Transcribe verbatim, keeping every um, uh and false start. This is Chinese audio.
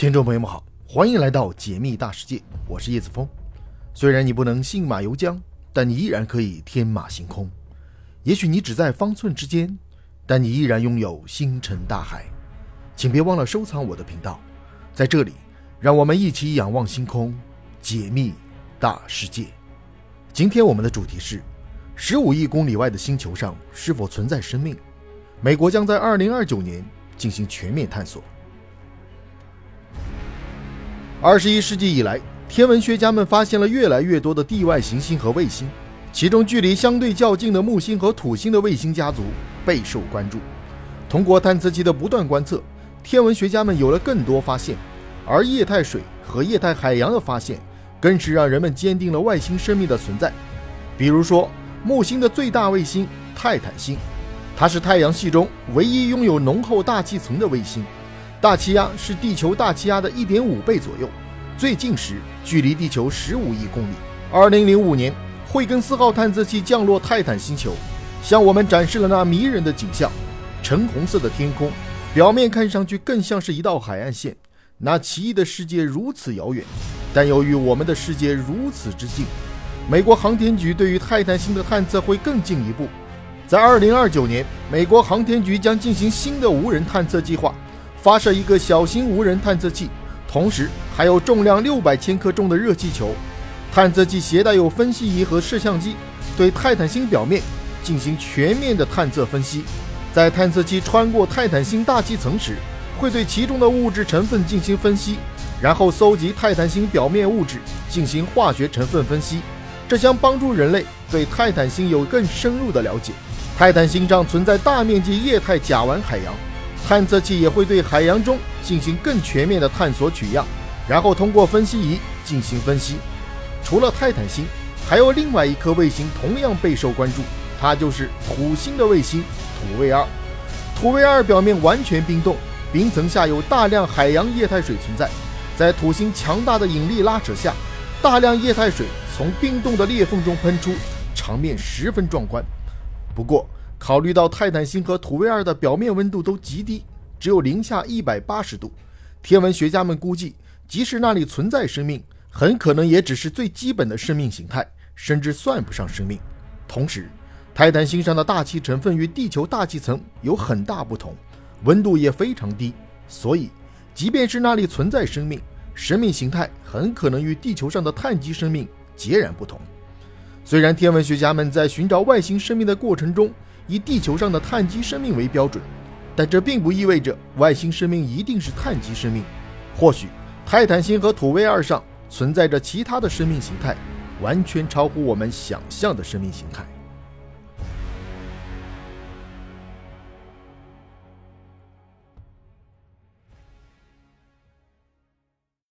听众朋友们好，欢迎来到解密大世界，我是叶子峰。虽然你不能信马由缰，但你依然可以天马行空。也许你只在方寸之间，但你依然拥有星辰大海。请别忘了收藏我的频道，在这里让我们一起仰望星空，解密大世界。今天我们的主题是十五亿公里外的星球上是否存在生命？美国将在二零二九年进行全面探索。二十一世纪以来，天文学家们发现了越来越多的地外行星和卫星，其中距离相对较近的木星和土星的卫星家族备受关注。通过探测器的不断观测，天文学家们有了更多发现，而液态水和液态海洋的发现更是让人们坚定了外星生命的存在。比如说，木星的最大卫星泰坦星，它是太阳系中唯一拥有浓厚大气层的卫星，大气压是地球大气压的 一点五 倍左右，最近时距离地球十五亿公里。二零零五年，惠更斯号探测器降落泰坦星球，向我们展示了那迷人的景象。橙红色的天空，表面看上去更像是一道海岸线。那奇异的世界如此遥远，但由于我们的世界如此之近，美国航天局对于泰坦星的探测会更进一步。在二零二九年，美国航天局将进行新的无人探测计划，发射一个小型无人探测器，同时还有重量六百千克重的热气球。探测器携带有分析仪和摄像机，对泰坦星表面进行全面的探测分析。在探测器穿过泰坦星大气层时，会对其中的物质成分进行分析，然后搜集泰坦星表面物质进行化学成分分析，这将帮助人类对泰坦星有更深入的了解。泰坦星上存在大面积液态甲烷海洋，探测器也会对海洋中进行更全面的探索取样，然后通过分析仪进行分析。除了泰坦星，还有另外一颗卫星同样备受关注，它就是土星的卫星土卫二。土卫二表面完全冰冻，冰层下有大量海洋液态水存在，在土星强大的引力拉扯下，大量液态水从冰冻的裂缝中喷出，场面十分壮观。不过考虑到泰坦星和土卫二的表面温度都极低，只有零下一百八十度，天文学家们估计，即使那里存在生命，很可能也只是最基本的生命形态，甚至算不上生命。同时，泰坦星上的大气成分与地球大气层有很大不同，温度也非常低，所以即便是那里存在生命，生命形态很可能与地球上的碳基生命截然不同。虽然天文学家们在寻找外星生命的过程中以地球上的碳基生命为标准，但这并不意味着外星生命一定是碳基生命。或许泰坦星和土卫二上存在着其他的生命形态，完全超乎我们想象的生命形态。